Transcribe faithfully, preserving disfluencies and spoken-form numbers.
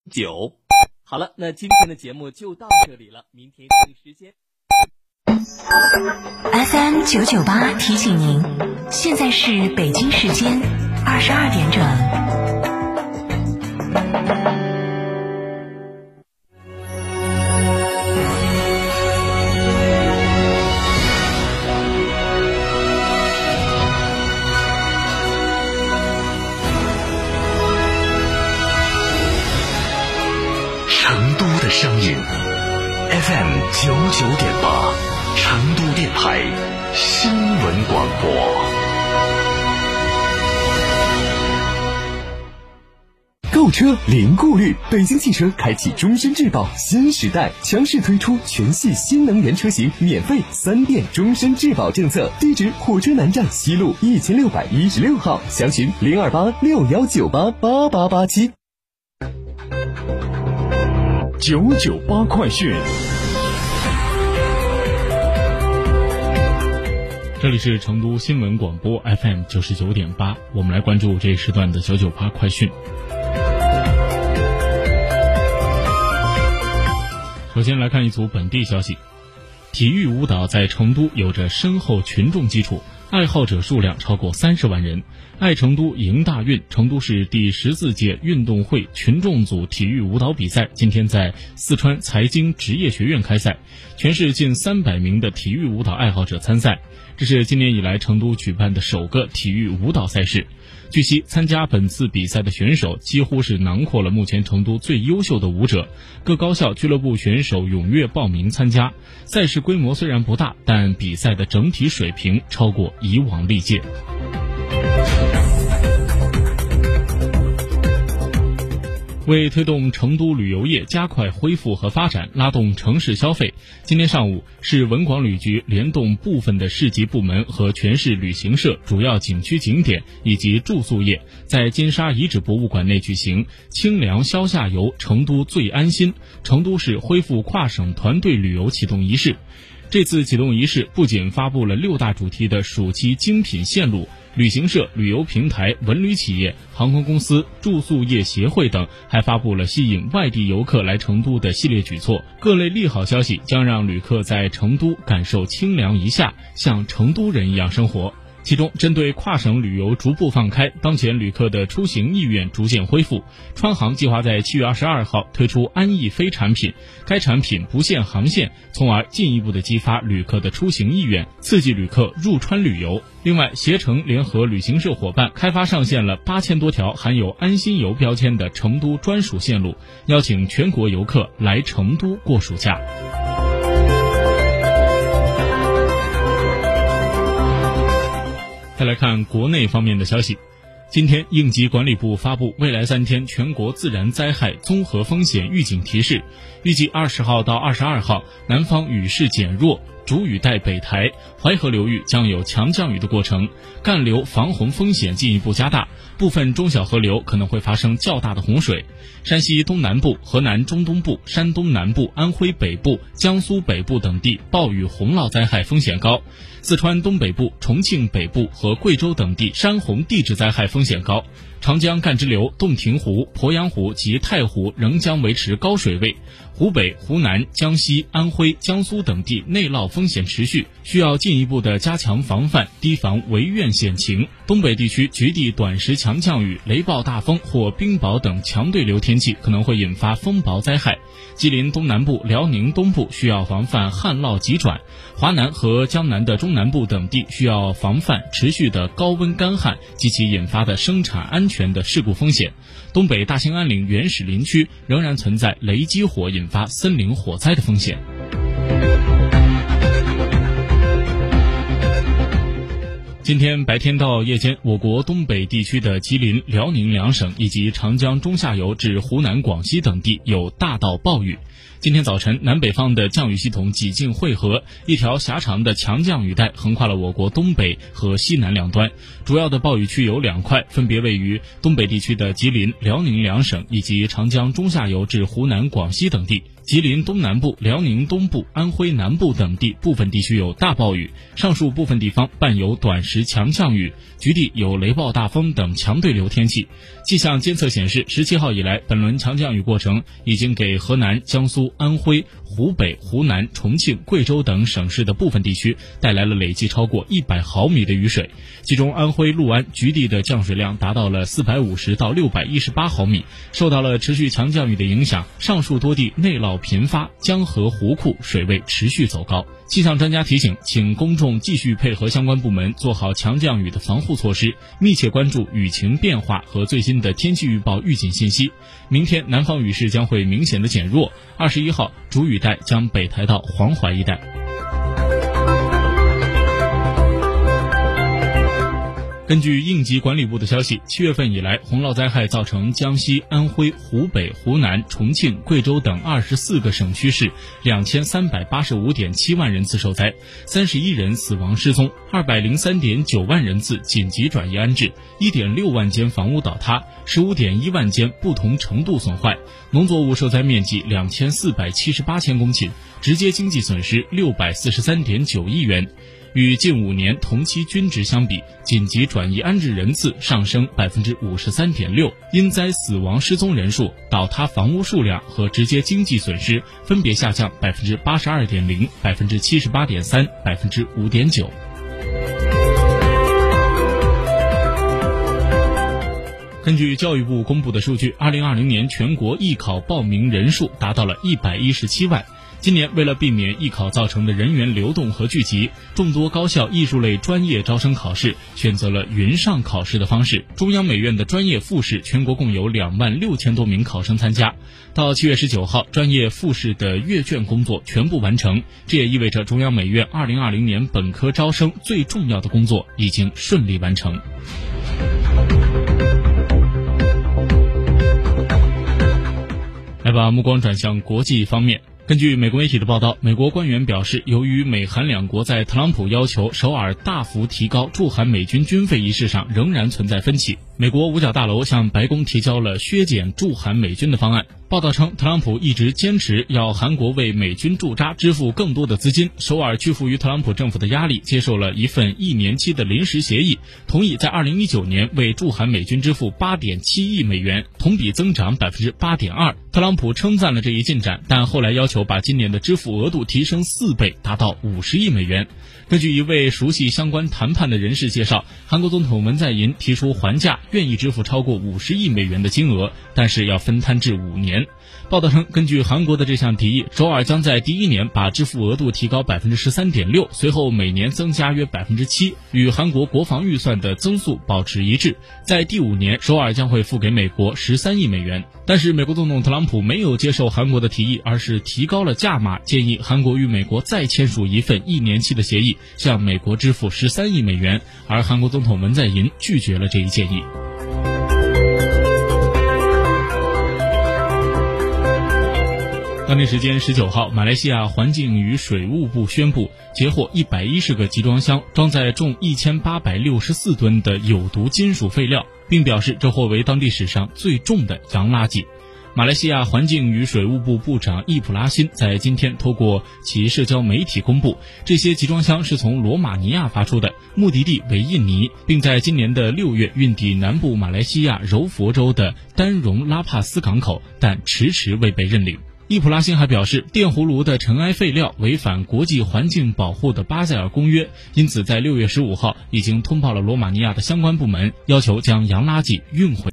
九。好了，那今天的节目就到这里了，明天同一时间。 F M 九九八提醒您，现在是北京时间二十二点整。 成都的声音 F M 九九点八，成都电台新闻广播。 购车零顾虑，北京汽车开启终身质保新时代，强势推出全系新能源车型免费三电终身质保政策。地址：火车南站西路一千六百一十六号，详询零二八六幺九八八八八七。 九九八快讯， 这里是成都新闻广播 F M 九十九点八，我们来关注这一时段的九九八快讯。首先来看一组本地消息，体育舞蹈在成都有着深厚群众基础，爱好者数量超过三十万人。爱成都迎大运成都市第十四届运动会群众组体育舞蹈比赛今天在四川财经职业学院开赛，全市近三百名的体育舞蹈爱好者参赛，这是今年以来成都举办的首个体育舞蹈赛事。据悉，参加本次比赛的选手几乎是囊括了目前成都最优秀的舞者，各高校俱乐部选手踊跃报名参加。赛事规模虽然不大，但比赛的整体水平超过以往历届。为推动成都旅游业加快恢复和发展，拉动城市消费，今天上午，市文广旅局联动部分的市级部门和全市旅行社、主要景区景点以及住宿业，在金沙遗址博物馆内举行清凉消夏游成都最安心成都市恢复跨省团队旅游启动仪式。这次启动仪式不仅发布了六大主题的暑期精品线路，旅行社、旅游平台、文旅企业、航空公司、住宿业协会等还发布了吸引外地游客来成都的系列举措。各类利好消息将让旅客在成都感受清凉一夏，像成都人一样生活。其中，针对跨省旅游逐步放开，当前旅客的出行意愿逐渐恢复。川航计划在七月二十二号推出安逸飞产品，该产品不限航线，从而进一步的激发旅客的出行意愿，刺激旅客入川旅游。另外，携程联合旅行社伙伴开发上线了八千多条含有安心游标签的成都专属线路，邀请全国游客来成都过暑假。再来看国内方面的消息，今天应急管理部发布未来三天全国自然灾害综合风险预警提示，预计二十号到二十二号，南方雨势减弱，主雨带北抬，淮河流域将有强降雨的过程，干流防洪风险进一步加大，部分中小河流可能会发生较大的洪水。山西东南部、河南中东部、山东南部、安徽北部、江苏北部等地暴雨洪涝灾害风险高，四川东北部、重庆北部和贵州等地山洪地质灾害风险高，长江干支流、洞庭湖、鄱阳湖及太湖仍将维持高水位，湖北、湖南、江西、安徽、江苏等地内涝风险持续，需要进一步的加强防范，提防违愿险情。东北地区局地短时强降雨、雷暴大风或冰雹等强对流天气可能会引发风雹灾害。吉林东南部、辽宁东部需要防范旱涝急转，华南和江南的中南部等地需要防范持续的高温干旱及其引发的生产安全的事故风险。东北大兴安岭原始林区仍然存在雷击火引发森林火灾的风险。今天白天到夜间，我国东北地区的吉林、辽宁两省以及长江中下游至湖南、广西等地有大到暴雨。 今天早晨，南北方的降雨系统几近汇合，一条狭长的强降雨带横跨了我国东北和西南两端。主要的暴雨区有两块，分别位于东北地区的吉林、辽宁两省以及长江中下游至湖南、广西等地。吉林东南部、辽宁东部、安徽南部等地部分地区有大暴雨，上述部分地方伴有短时强降雨，局地有雷暴大风等强对流天气。气象监测显示，十七号以来，本轮强降雨过程已经给河南、江苏、安徽、湖北、湖南、重庆、贵州等省市的部分地区带来了累计超过一百毫米的雨水，其中安徽六安局地的降水量达到了四百五十到六百一十八毫米。受到了持续强降雨的影响，上述多地内涝频发，江河湖库水位持续走高。气象专家提醒，请公众继续配合相关部门做好强降雨的防护措施，密切关注雨情变化和最新的天气预报预警信息。明天南方雨势将会明显的减弱，二十一号主雨带将北抬到黄淮一带。根据应急管理部的消息，七月份以来，洪涝灾害造成江西、安徽、湖北、湖南、重庆、贵州等二十四个省区市两千三百八十五点七万人次受灾，三十一人死亡失踪，二百零三点九万人次紧急转移安置，一点六万间房屋倒塌，十五点一万间不同程度损坏，农作物受灾面积两千四百七十八千公顷，直接经济损失六百四十三点九亿元。与近五年同期均值相比，紧急转移安置人次上升百分之五十三点六，因灾死亡失踪人数、倒塌房屋数量和直接经济损失分别下降百分之八十二点零、百分之七十八点三、百分之五点九。根据教育部公布的数据，二零二零年全国艺考报名人数达到了一百一十七万。今年为了避免艺考造成的人员流动和聚集，众多高校艺术类专业招生考试选择了云上考试的方式。中央美院的专业复试全国共有两万六千多名考生参加。到七月十九号，专业复试的阅卷工作全部完成，这也意味着中央美院二零二零年本科招生最重要的工作已经顺利完成。来把目光转向国际方面。根据美国媒体的报道，美国官员表示，由于美韩两国在特朗普要求首尔大幅提高驻韩美军军费一事上仍然存在分歧，美国五角大楼向白宫提交了削减驻韩美军的方案。报道称，特朗普一直坚持要韩国为美军驻扎支付更多的资金，首尔屈服于特朗普政府的压力，接受了一份一年期的临时协议，同意在二零一九年为驻韩美军支付 八点七亿美元，同比增长 百分之八点二。特朗普称赞了这一进展，但后来要求把今年的支付额度提升四倍，达到五十亿美元。根据一位熟悉相关谈判的人士介绍，韩国总统文在寅提出还价，愿意支付超过五十亿美元的金额，但是要分摊至五年。报道称，根据韩国的这项提议，首尔将在第一年把支付额度提高 百分之十三点六， 随后每年增加约 百分之七， 与韩国国防预算的增速保持一致。在第五年，首尔将会付给美国十三亿美元。但是美国总统特朗普没有接受韩国的提议，而是提高了价码，建议韩国与美国再签署一份一年期的协议，向美国支付十三亿美元，而韩国总统文在寅拒绝了这一建议。当地时间十九号，马来西亚环境与水务部宣布截获一百一十个集装箱，装载重一千八百六十四吨的有毒金属废料，并表示这或为当地史上最重的洋垃圾。马来西亚环境与水务部部长易普拉辛在今天透过其社交媒体公布，这些集装箱是从罗马尼亚发出的，目的地为印尼，并在今年的六月运抵南部马来西亚柔佛州的丹荣拉帕斯港口，但迟迟未被认领。易普拉辛还表示，电葫芦的尘埃废料违反国际环境保护的巴塞尔公约，因此在六月十五号已经通报了罗马尼亚的相关部门，要求将洋垃圾运回